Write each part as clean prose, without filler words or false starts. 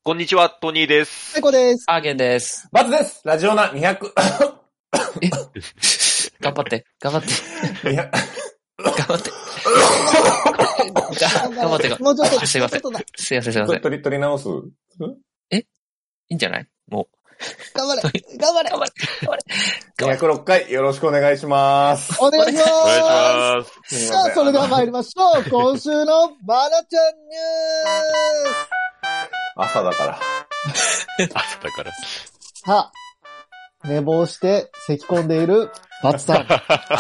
こんにちは、トニーです。 最高です。 アーゲンです。 バツです。ラジオナ200。 頑張って。 200。 頑張って。頑張って。 もうちょっと。 すいません。すいません。 取り直す？ いいんじゃない？もう。 頑張れ。 206回よろしくお願いします。 お願いします。 お願いします。 さあ、それでは参りましょう。今週のマナちゃんニュース。 朝だから。 さあ、寝坊して咳込んでいるバツさん。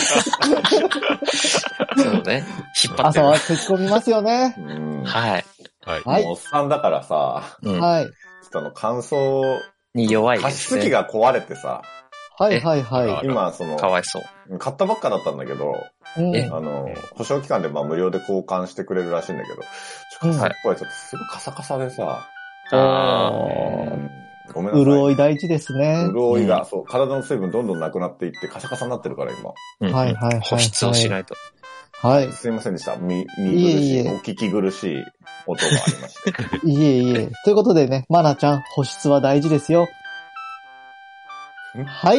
そうね。引っ張って朝は咳込みますよね。 はい。 はい。 もうおっさんだからさ、 はい。 ちょっと乾燥に弱い加ですね。 湿器が壊れてさ、 はいはいはい。 今かわいそう。 買ったばっかだったんだけど、保証期間で無料で交換してくれるらしいんだけど、ちょっとすぐカサカサでさ、ごめんなさい。 潤い大事ですね。 潤いが、そう、体の水分どんどんなくなっていってカサカサになってるから今。 はいはい。 保湿をしないと。 はい。 すいませんでした。見苦しい、お聞き苦しい音がありまして。 いえ。ということでね、マナちゃん、保湿は大事ですよ。はい。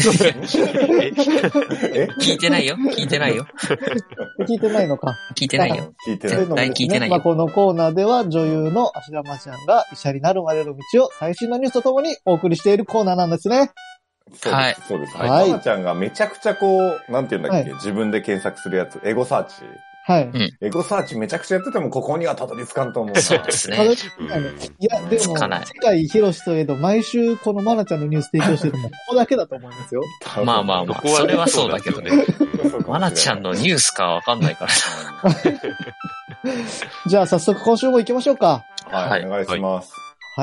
聞いてないよ。 聞いてないのか。 聞いてないよ。 聞いてない。 絶対聞いてないよ。 このコーナーでは女優の芦田愛菜ちゃんが医者になるまでの道を最新のニュースとともにお送りしているコーナーなんですね。 はい。 そうです。 はい。 マナちゃんがめちゃくちゃなんて言うんだっけ、自分で検索するやつ、エゴサーチ。 はい。 エゴサーチめちゃくちゃやっててもここにはたどり着かんと思う。 そうですね。 いや、でも、世界広しといえど、毎週このマナちゃんのニュース提供してるのもここだけだと思いますよ。 まあ。それはそうだけどね。マナちゃんのニュースかわかんないからな。 じゃあ早速今週も行きましょうか。 はい、お願いします。 はい。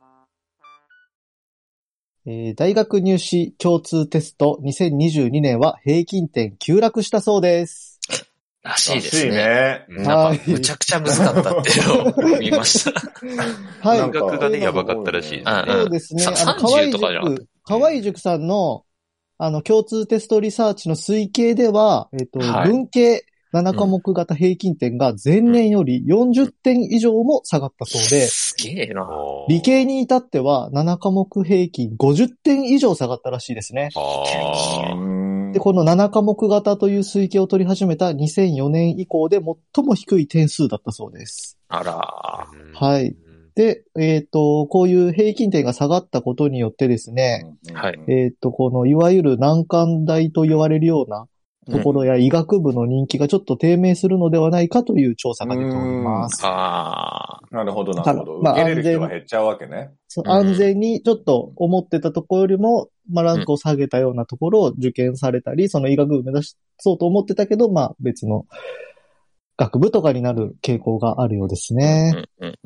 大学入試共通テスト2022年は平均点急落したそうです。 らしいですね。 なんか、むちゃくちゃ難かったっていうのを見ました。 はい。 感覚がね、やばかったらしい。 そうですね。河合塾さんの、共通テストリサーチの推計では、文系7科目型平均点が前年より40点以上も下がったそうで、 すげえな。 理系に至っては7科目平均50点以上下がったらしいですね。で、この7科目型という推計を取り始めた2004年以降で最も低い点数だったそうです。 あら。 はい。で、こういう平均点が下がったことによってですね、 はい。 このいわゆる難関大と言われるようなところや医学部の人気がちょっと低迷するのではないかという調査が出ております。 なるほど。受けれる人が減っちゃうわけね。 安全にちょっと思ってたところよりも、ランクを下げたようなところを受験されたり、その医学部を目指そうと思ってたけど、別の学部とかになる傾向があるようですね。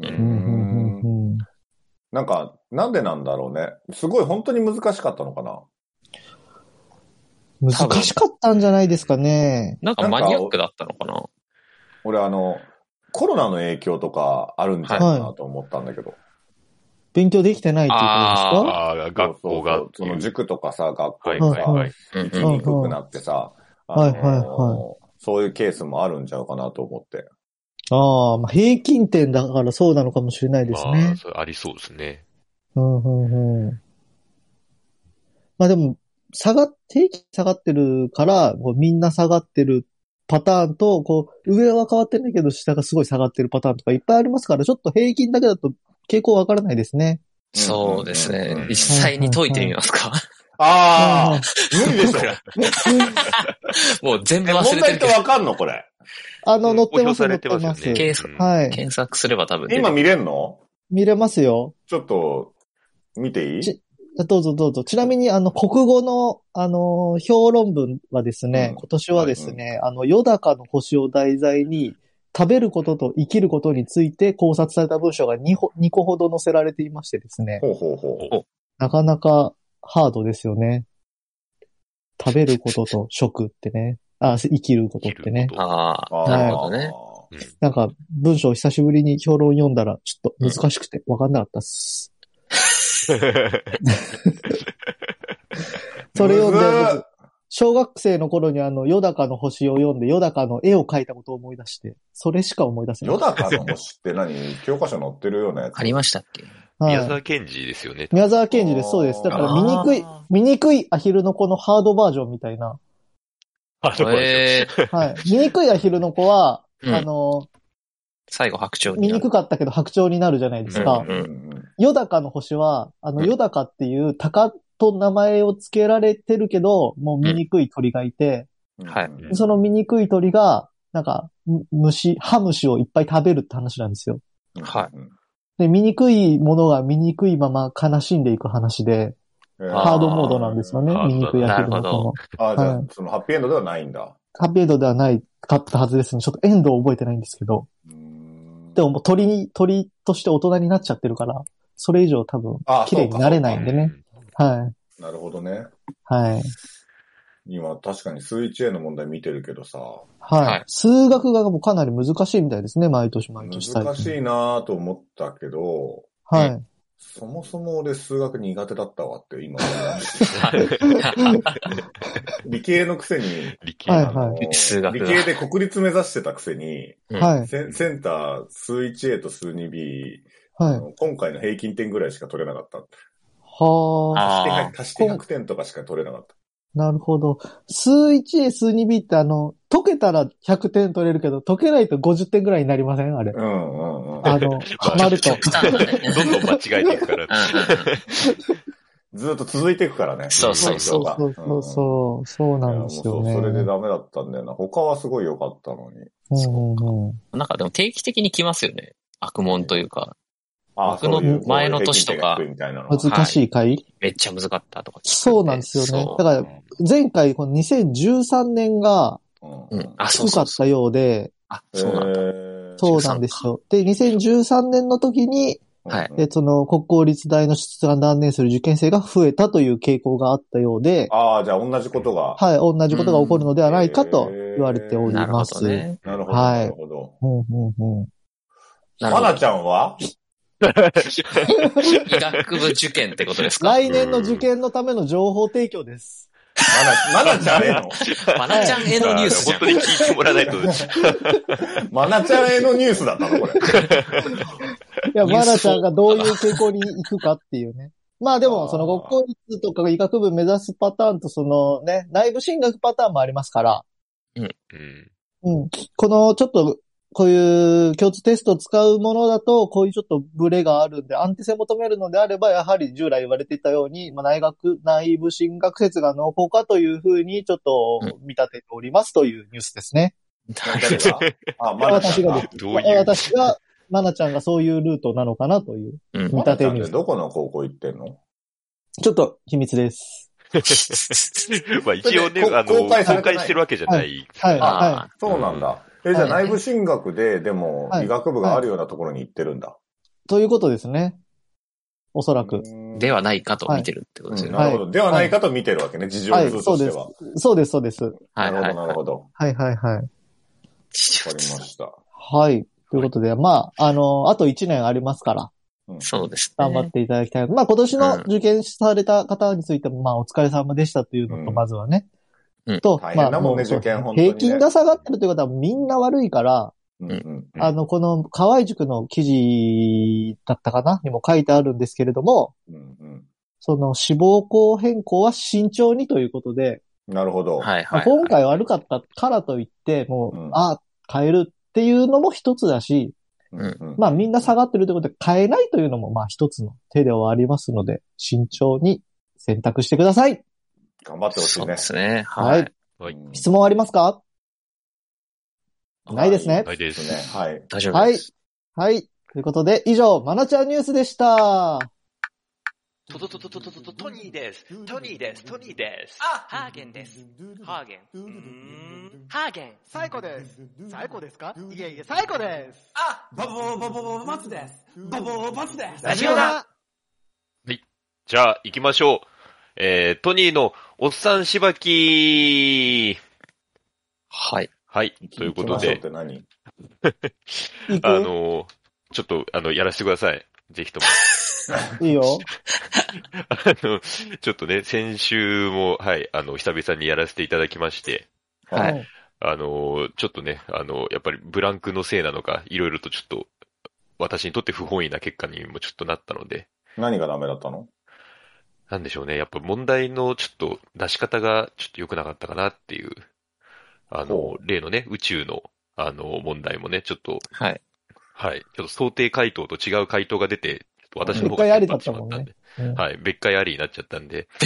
なんでなんだろうね。すごい本当に難しかったのかな。 難しかったんじゃないですかね。 なんかマニアックだったのかな。 俺コロナの影響とかあるんじゃないかなと思ったんだけど。 勉強できてないっていうことですか？ 学校が。 その塾とかさ、学校がさ、行きにくくなってさ、そういうケースもあるんちゃうかなと思って。 平均点だからそうなのかもしれないですね。 ありそうですね。 でも、平均下がってるから、みんな下がってるパターンと、上は変わってないけど、下がすごい下がってるパターンとかいっぱいありますから、ちょっと平均だけだと傾向わからないですね。 そうですね。実際に解いてみますか？ 無理でしょ。 もう全部忘れてる。 問題ってわかんのこれ。 載ってます。 検索すれば多分。 今見れんの？ 見れますよ。 ちょっと、見ていい？ どうぞ。ちなみに、国語の、評論文はですね、今年はですね、よだかの星を題材に、食べることと生きることについて考察された文章が2個ほど載せられていましてですね。なかなかハードですよね。食べることと食ってね。生きることってね。 なるほどね。 なんか、文章久しぶりに評論読んだら、ちょっと難しくて分かんなかったっす。それ読んで、 小学生の頃にヨダカの星を読んで、ヨダカの絵を描いたことを思い出して、それしか思い出せない。 ヨダカの星って何教科書載ってるようなやつありましたっけ？ 宮沢賢治ですよね。 宮沢賢治です、そうです。だから醜いアヒルの子のハードバージョンみたいな。 ハードバージョン。 はい。醜いアヒルの子は、 最後白鳥になる。 醜かったけど白鳥になるじゃないですか。ヨダカの星は、ヨダカっていう鷹と名前を付けられてるけど、もう醜い鳥がいて、 はい。 その醜い鳥が、なんか、ハムシをいっぱい食べるって話なんですよ。 はい。 で、醜いものが醜いまま悲しんでいく話で、ハードモードなんですよね、醜いアヒルの子の。 じゃあ、そのハッピーエンドではないんだ。 ハッピーエンドではないかったはずですね。ちょっとエンドを覚えてないんですけど。でももう鳥として大人になっちゃってるから、それ以上多分、綺麗になれないんでね。はい。 なるほどね。 はい。 今、確かに数 1A の問題見てるけどさ。 はい。数学がもうかなり難しいみたいですね、毎年。 難しいなぁと思ったけど。 はい。 そもそも俺数学苦手だったわって今思いました。理系のくせに、 理系で国立目指してたくせに、 はい、 センター数 1A と数 2B、 はい、 今回の平均点ぐらいしか取れなかった。 はあ。足して100点とかしか取れなかった。 なるほど。数 1A、数 2B って解けたら100点取れるけど、解けないと50点ぐらいになりませんあれ。ハマると。 どんどん間違えていくから。 ずっと続いていくからね。 そうなんですよね。 それでダメだったんだよな。他はすごい良かったのに。 そうか。なんかでも定期的に来ますよね。悪問というか。僕の前の年とか。 難しい回、 めっちゃ難かったとか。 そうなんですよね。だから、前回、この2013年が、低かったようで、 そうなんだ。 そうなんですよ。で、2013年の時に、その国公立大の出願断念する受験生が増えたという傾向があったようで、 じゃあ同じことが。 はい、同じことが起こるのではないかと言われております。 なるほど。なるほど。 まなちゃんは医学部受験ってことですか？ 来年の受験のための情報提供です。 まなちゃんへのまなちゃんへのニュースじゃん。 本当に聞いてもらわないと。 まなちゃんへのニュースだったのこれ。 いや、まなちゃんがどういう傾向に行くかっていうね。まあでも、その国公立とか医学部目指すパターンと、そのね、内部進学パターンもありますから。この、ちょっと、こういう共通テストを使うものだと、こういうちょっとブレがあるんで、安定性を求めるのであれば、やはり従来言われていたように、内部進学説が濃厚かというふうに、ちょっと見立てておりますというニュースですね。 誰が私が、 まなちゃんがそういうルートなのかなという見立てニュース。 どこの高校行ってんの？ ちょっと秘密です。 まあ一応ね、公開してるわけじゃない。 はい。 そうなんだ。じゃあ内部進学で、でも、医学部があるようなところに行ってるんだ。 ということですね。おそらく。 ではないかと見てるってことですよね。 なるほど。ではないかと見てるわけね、事情通としては。 そうです。 なるほど。 はい。わかりました。 はい。ということで、まあ、あと1年ありますから。 そうですね。 頑張っていただきたい。まあ今年の受験された方についても、まあお疲れ様でしたというのと、まずはね。 まあ、もう受験本当に平均が下がってるということはみんな悪いから、この河合塾の記事だったかなにも書いてあるんですけれども、その志望校変更は慎重にということで、 なるほど。 今回悪かったからといって、もう、変えるっていうのも一つだし、まあみんな下がってるということで変えないというのもまあ一つの手ではありますので、慎重に選択してください。 頑張ってほしいね。 そうですね。 はい。質問ありますか？ないですね。 ないですね。はい。 大丈夫です。 はい。ということで、以上、まなちゃんニュースでした。 トニーです。トニーです。 ハーゲンです。ハーゲン。ハーゲン。 サイコです。サイコですか？いえ、サイコです。 バツです。バツです。 ラジオだ。 はい。じゃあ、行きましょう。トニーのおっさんしばき。 はい。 はい。ということで。 って何？ ちょっと、やらせてください。ぜひとも。 いいよ。 ちょっとね、先週も、はい、久々にやらせていただきまして、 はいうんちょっとね、やっぱりブランクのせいなのか、いろいろとちょっと、私にとって不本意な結果にもちょっとなったので、 何がダメだったの？ なんでしょうね、やっぱ問題のちょっと出し方がちょっと良くなかったかなっていう、 ほ例のね、宇宙の、問題もね、ちょっと、 はい。 はい、ちょっと想定回答と違う回答が出て、ちょっと私の方が別解ありだテンパってしまったんで、 うんはい、別解ありになっちゃったんで、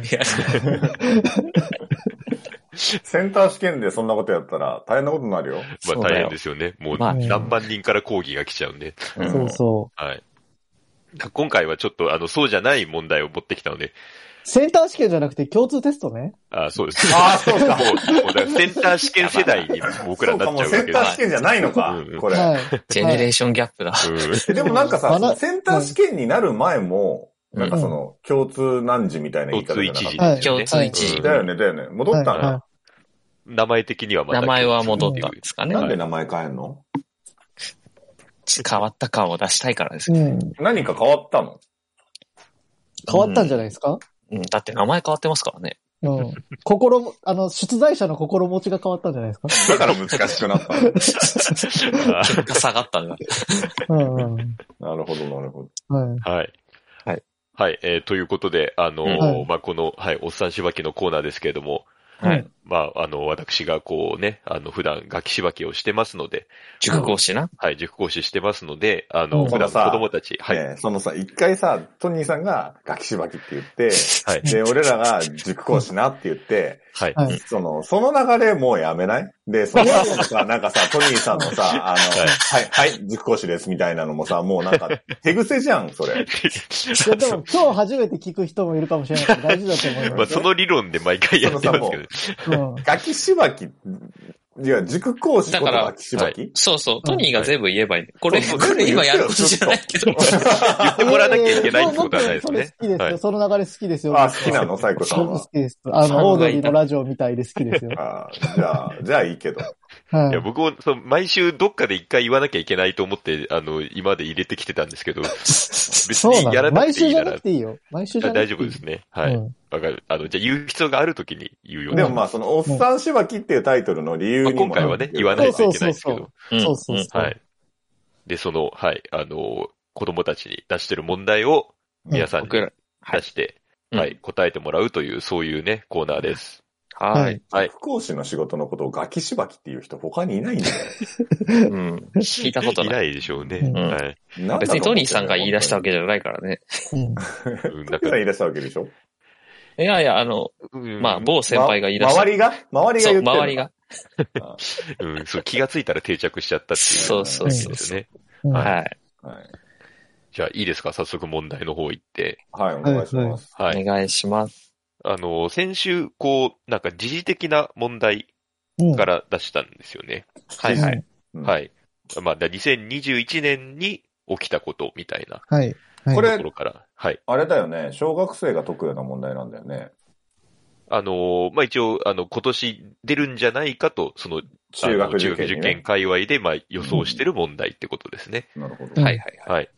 センター試験でそんなことやったら大変なことになるよ。 まあそうだよ大変ですよね。もうまあ何万人から抗議が来ちゃうんで。 そうそはい。今回はちょっとそうじゃない問題を持ってきたので、 う。センター試験じゃなくて共通テストね。 そうです。 そうか。 もうだからセンター試験世代に僕らになっちゃうわセンターけです。 試験じゃないのかうん、 これ。 はい。 ジェネレーションギャップだ。 でもなんかさ、 まだセンター試験になる前も、 うんなんかその、共通何時みたいな言い方じゃなかった。 共通一時ですよね。 共通一時うんだよね、だよね。戻ったんだ。 は名前的にはまた名前は戻ったんですかね。 なんで名前変えんの？ 変わった感を出したいからですい。 よ。 うん。 何か変わったの？ 変わったんじゃないですか？ うん、だって名前変わってますからね。 うん。出題者の心持ちが変わったんじゃないですか？ だから難しくなったの。 結果下がったんだ。 うんうん。 なるほど、なるほど。 はい。 はい。 はい。 はい。ということで、 はいまあ、この、はい、おっさんしばきのコーナーですけれども、 はい。 まあ、私がこうね、普段楽器しばきをしてますので、 塾講師な。 はい、塾講師してますので、 うん普段子供たち、はい、 ねえそのさ、一回さ、トニーさんが楽器しばきって言って、 はい、 で、俺らが塾講師なって言って、 はい、 はい。 その流れもうやめないで、その後のさ、なんかさ、トニーさんのさ、はい、塾講師ですみたいなのもさ、もうなんか、手癖じゃん、それ。 いや、でも今日初めて聞く人もいるかもしれないから大事だと思いまあ、 ますよ。 その理論で毎回やってますけど、 うん。 楽器しばき、いや、塾講師こと楽器しばきそうそう。トニーが全部言えばいい。これそう今やることじゃないけど。 言ってもらわなきゃいけないってことはないですそれね。 好きですよ。 はい。 その流れ好きですよ。 好きなのサイコさんは僕好。きです。オードリーのラジオみたいで好きですよ。 じゃあいいけど。 はいや、僕も、毎週どっかで一回言わなきゃいけないと思って、今まで入れてきてたんですけど、別そうなの。 にやらな毎週じゃくていいならなくていいよ。毎週じゃなくていい。 大丈夫ですね。はい。 うんわかる。じゃあ言う必要があるときに言うように。 でもまあ、その、おっさんしばきっていうタイトルの理由にも。 今回はね、言わないといけないですけど。 そうそうそう。 はい。で、はい、子供たちに出してる問題を皆さんに出して、 うんはい、答えてもらうという、そういうね、コーナーです。 はい。 はい。 塾講師の仕事のことを楽器しばきっていう人他にいないんだよ。 うん。聞いたこといない。 ないでしょうね。 うんはい。 別にトニーさんが言い出したわけじゃないからね。 うんトニーさん言い出したわけでしょ？ いやいや、まあ、某先輩が言い出した。 周りがそう、 言ってるの周りが。 そう、気がついたら定着しちゃったっていう。 そうそうそうですね。 うんはい。 はい。 じゃあ、いいですか？早速問題の方行って。 はい、お願いします。 はい。 お願いします。 先週、なんか時事的な問題うんから出したんですよね。 はいはい。 はい。まあ、2021年に起きたことみたいなはい。はい。 これところから。はい。 あれだよね。小学生が解くような問題なんだよね。 まあ、一応、今年出るんじゃないかと、 中学受中学受験にね験界隈で、まあ、予想してる問題ってことですね。 なるほど。 うんはいはいはい。 はい。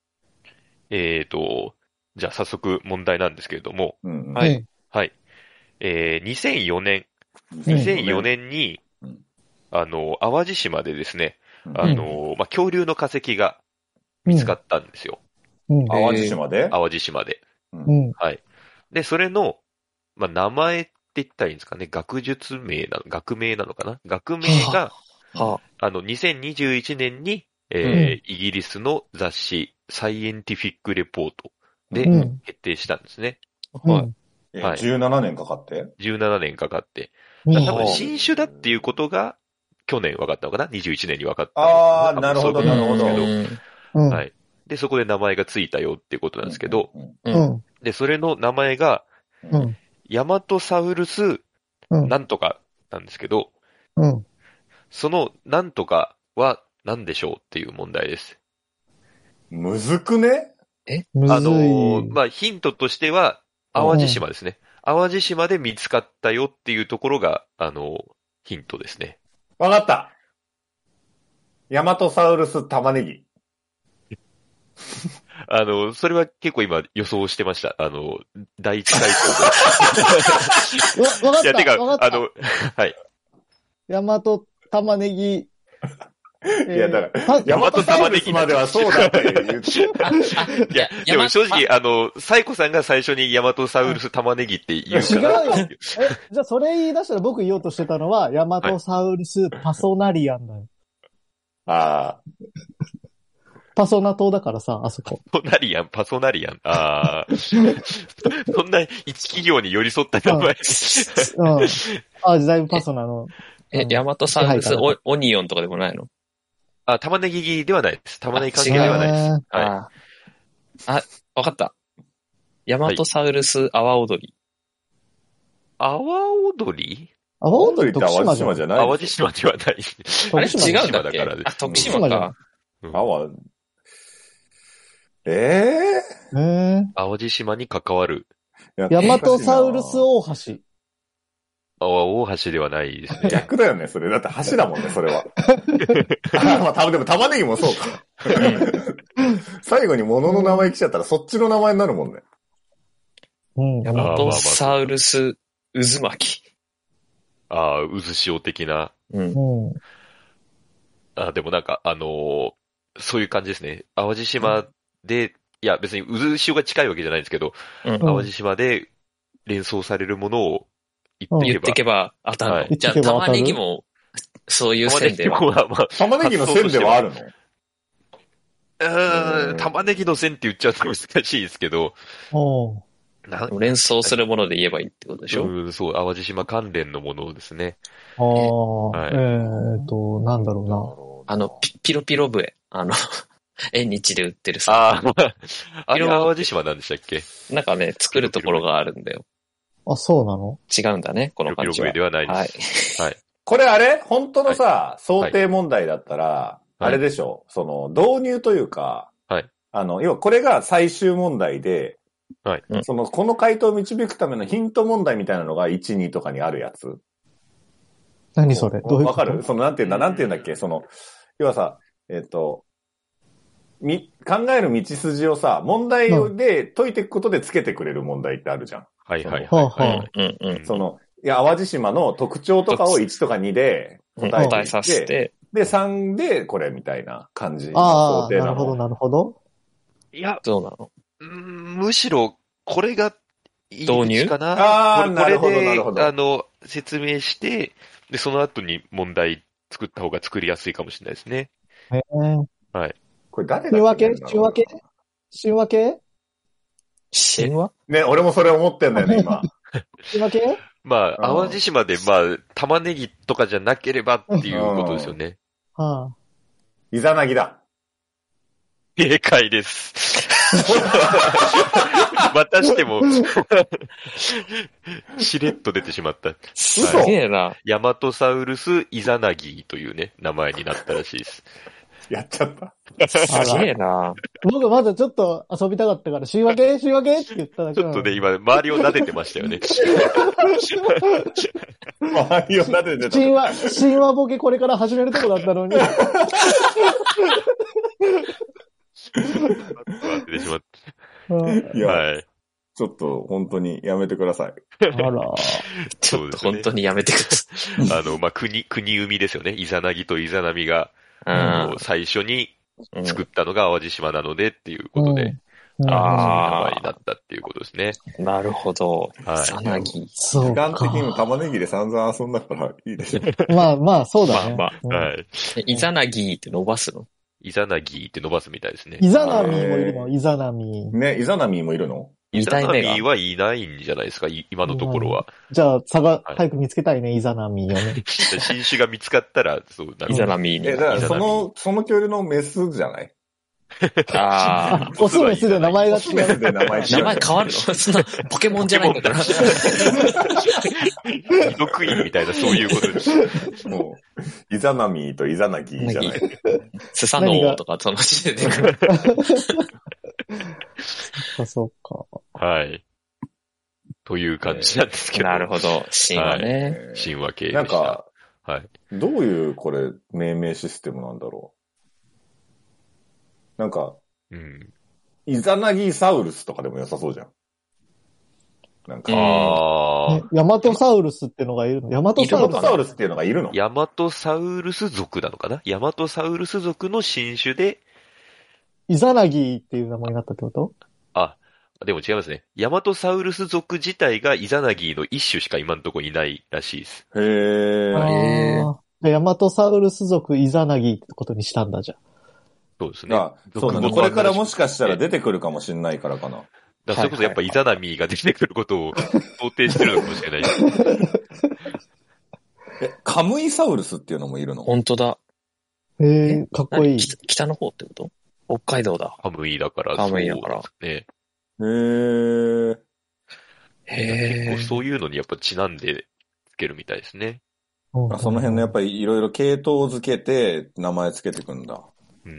じゃあ早速問題なんですけれども、 うんうん。 ははいい。 はい。2004年にうん、 淡路島でですね、 うんまあ、恐竜の化石が見つかったんですよ。 うん。 淡路島で淡路島で。 うん。 はい。で、それの、まあ、名前って言ったらいいんですかね。学名なのかな。学名が、 は 2021年に、イギリスの雑誌、サイエンティフィックレポートでうん決定したんですね。 うん。 はいはい 17年かかって 17年かかって。 うん多分新種だっていうことが、去年分かったのかな ?21 年に分かった。 あーなるほど多分そういうことうなんですん。 うん。 けどはい。で、そこで名前がついたよっていうことなんですけど、 ううん。 ん。 で、それの名前が、 うん。 ヤマトサウルスうん。 なんとかなんですけど、 うん。 そのなんとかは何でしょうっていう問題です。 むずくね？ むずい。 まあ、ヒントとしては、淡路島ですね。淡路島で見つかったよっていうところが、ヒントですね。 わかった。ヤマトサウルス玉ねぎ。 それは結構今予想してました。第一回答で。いや、 わかった。 てか、 わかった。 はい。 大和玉ねぎ。 いや、だから、大和玉ねぎまではそうだって言って。 いや、でも正直、サイコさんが最初にヤマトサウルス玉ねぎって言うから。 違うよ。じゃあそれ言い出したら僕言おうとしてたのは、ヤマトサウルスパソナリアンだよ。 ああ。 パソナ島だからさ、あそこ。 パソナリアン。ああ。そんな一企業に寄り添った名前。 うん。だいぶパソナの。 ヤマトサウルスオニオンとかでもないの？ 玉ねぎではないです。玉ねぎ関係ではないです。 はい。わかった。ヤマトサウルス阿波踊り。 阿波踊り？ 阿波踊りって淡路島じゃない？ 淡路島ではない。 あれ違うんだっけ？徳島か。 淡路島に関わる。 ヤマトサウルス大橋。 大橋ではないですね。 逆だよね、それ。だって橋だもんね、それは。でも玉ねぎもそうか。最後に物の名前来ちゃったらそっちの名前になるもんね。 ヤマトサウルス渦巻き。 渦潮的な。でもなんか、そういう感じですね。淡路島で、いや別に渦潮が近いわけじゃないんですけど、淡路島で連想されるものを言ってけば当たる。はい、じゃあ玉ねぎもそういう線では。 玉ねぎの線ではあるの？玉ねぎの線って言っちゃうと難しいですけど。 連想するもので言えばいいってことでしょ？ そう、淡路島関連のものですね。 はい、なんだろうな。ピロピロ笛。縁日で売ってるさ。 あれ淡路島なんでしたっけ？ なんかね、作るところがあるんだよ。 そうなの？ 違うんだね、この感じは。 ピロピロ笛ではないです。はい。 これ本当のさ、想定問題だったら、あれでしょ、導入というか、 はい。 要はこれが最終問題で、 はい。 この回答を導くためのヒント問題みたいなのが1、2とかにあるやつ。 何それ？どういうこと？ わかる？なんて言うんだっけ？要はさ、考える道筋をさ、問題で解いていくことでつけてくれる問題ってあるじゃん。 はいはい。 いや、淡路島の特徴とかを1とか2で答えさせて、で、3でこれみたいな感じの想定なの。 なるほど、なるほど。 いや、 どうなの？ むしろ、これがいい導入かな。 なるほど、なるほど。 説明して、で、その後に問題作った方が作りやすいかもしれないですね。はい。 これ誰だっけ？神話ね、俺もそれ思ってんだよね、今。 神話系？ 淡路島で、玉ねぎとかじゃなければっていうことですよね。 イザナギだ。 正解です。またしても、しれっと出てしまった。 すげえな。 ヤマトサウルスイザナギというね、名前になったらしいです。 やっちゃった。 すげえな。 僕まだちょっと遊びたかったから、神話系って言っただけ。 ちょっとね、今、周りを撫でてましたよね。 周りを撫でてた。 神話ボケこれから始めるとこだったのに。 当ててしまった。 いや、ちょっと本当にやめてください。 あら。 ちょっと本当にやめてください。国生みですよね。イザナギとイザナミが、最初に作ったのが淡路島なのでっていうことで、名前になったっていうことですね。 なるほど。イザナギ。 時間的にも玉ねぎで散々遊んだからいいでしょ。 まあ、そうだね。 はい。 イザナギって伸ばすの？ イザナギって伸ばすみたいですね。 イザナミもいるの？イザナミ。 ね、イザナミもいるの？ イザナミはいないんじゃないですか、今のところは。 じゃあ、早く見つけたいね、イザナミをね。 新種が見つかったら、そうなる。 イザナミね。だからその恐竜のメスじゃない？ オスメスで名前が違う。 名前変わるの？そんな、ポケモンじゃないんだから。 イドクイーンみたいな、そういうことです。 もう、イザナミとイザナギじゃない。 スサノオとか、その時点で。 そうか。 はい。という感じなんですけど。 なるほど。神話ね。 神話系でした。 なんか、 はい。 どういうこれ、命名システムなんだろう。なんか、 イザナギサウルスとかでも良さそうじゃん。なんか。 ヤマトサウルスってのがいるの？ヤマトサウルスっていうのがいるの？ ヤマトサウルス属なのかな？ヤマトサウルス属の新種で、 イザナギっていう名前になったってこと？ でも違いますね。ヤマトサウルス属自体がイザナギの一種しか今のところいないらしいです。 へー。 ヤマトサウルス属イザナギってことにしたんだじゃん。 そうですね。 そうだね。これからもしかしたら出てくるかもしれないからかな。 それこそやっぱイザナミが出てくることを想定してるのかもしれない。 カムイサウルスっていうのもいるの？ 本当だ。 かっこいい。 北の方ってこと？北海道だ。 カムイだから。 カムイだから。 ね。 結構そういうのにやっぱちなんでつけるみたいですね。 その辺のやっぱりいろいろ系統付けて名前つけてくんだ。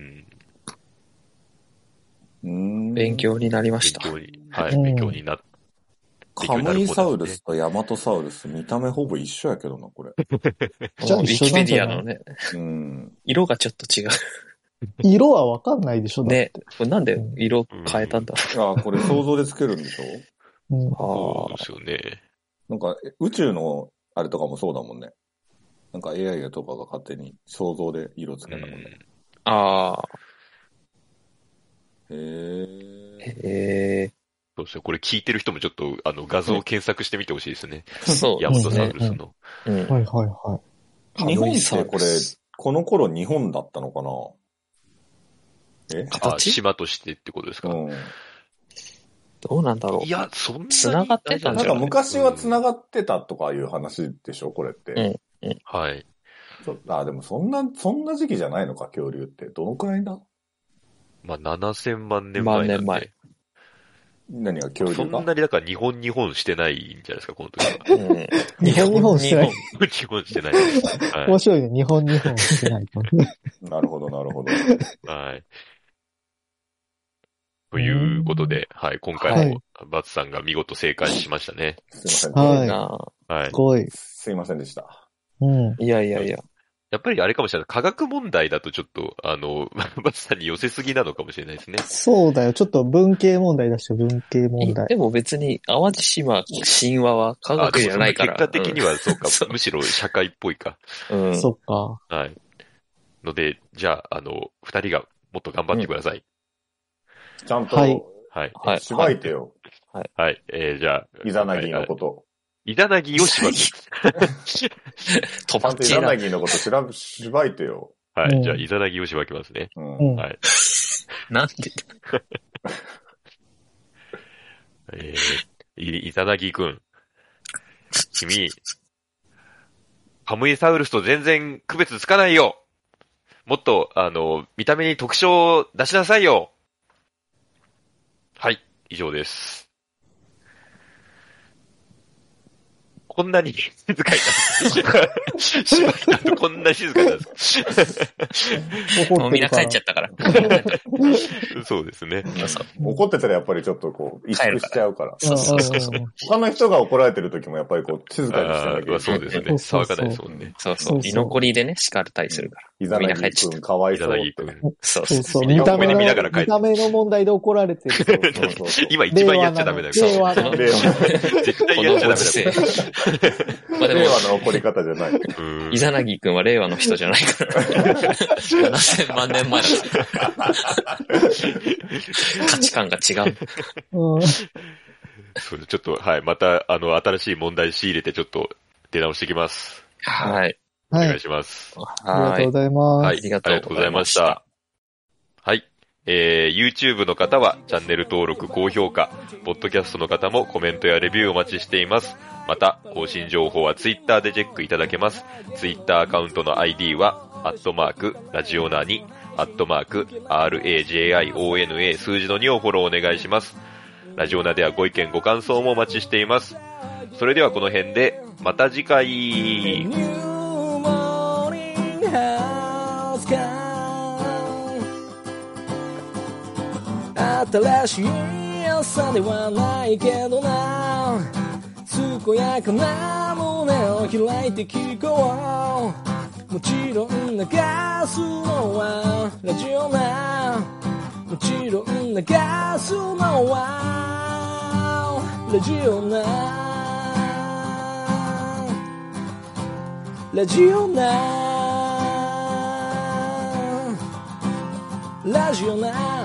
勉強になりました。 勉強になった。 カムイサウルスとヤマトサウルス見た目ほぼ一緒やけどな、これ。 じゃあウィキペディアのね。色がちょっと違う。 色はわかんないでしょ？ ね。これなんで色変えたんだろう？これ想像でつけるんでしょ？ そうですよね。 なんか宇宙のあれとかもそうだもんね。なんか AI とかが勝手に想像で色つけたもんね。 そうですね。これ聞いてる人もちょっと画像を検索してみてほしいですね。 そう。 ヤマトサウルスの。 はいはいはい。 日本ってこれ、この頃日本だったのかな？ 島としてってことですか？ どうなんだろう。 いや、そんなに繋がってたんじゃない？ なんか昔は繋がってたとかいう話でしょ、これって。 はい。 でもそんな時期じゃないのか、恐竜って。どのくらいだ？ まあ、7000万年前なんで。 何が恐竜か？ そんなにだから日本してないんじゃないですか、この時は。 日本してない。 日本してない。 面白いね、日本してないと。 なるほど、なるほど。 はい。ということで、今回もバツさんが見事正解しましたね。 すいません。 はい。すごい。 すいませんでした。 いや。 やっぱりあれかもしれない。科学問題だとちょっと、バツさんに寄せすぎなのかもしれないですね。 そうだよ。ちょっと文系問題だし、文系問題。 でも別に、淡路島神話は科学じゃないから。 結果的にはそうか、むしろ社会っぽいか。 そっか。 はい。ので、じゃあ、二人がもっと頑張ってください。 ちゃんと、しばいてよ。 はい。じゃあ、 イザナギのこと。 イザナギをしばく。 とばっちイザナギのことしばいてよ。 はい。じゃあ、イザナギをしばきますね。はい。 なんでイザナギくん。君、カムイサウルスと全然区別つかないよ。もっと、見た目に特徴を出しなさいよ。はい、以上です。こんなに静かになる。しばいたとこんな静かになる。 もうみんな帰っちゃったから。 そうですね。 怒ってたらやっぱりちょっとこう、萎縮しちゃうから。 そう。 他の人が怒られてる時もやっぱりこう、静かにしてなきゃいけない。 そうですね。騒がないですもんね。 そう。居残りでね、叱ったりするから。 イザナギ君かわいそうって。 そう。見た目の問題で怒られてる。 今一番やっちゃダメだよ。 令和の。 絶対やっちゃダメだよ。 令和の怒り方じゃない。 イザナギ君は令和の人じゃないから。7000万年前だから。価値観が違う。 そうちょっと、また、新しい問題仕入れてちょっと出直してきます。 はい。 お願いします。 ありがとうございます。 はい。ありがとうございました。はい。YouTube の方はチャンネル登録、高評価、ポッドキャストの方もコメントやレビューお待ちしています。また、更新情報は Twitter でチェックいただけます。Twitter アカウントの ID は、ラジオナに、RAJIONA 数字の2をフォローお願いします。ラジオナではご意見ご感想もお待ちしています。それではこの辺で、また次回。 新しい朝ではないけどな、健やかな胸を開いて聞こう。もちろん流すのはラジオな、もちろん流すのはラジオなラジオなラジオな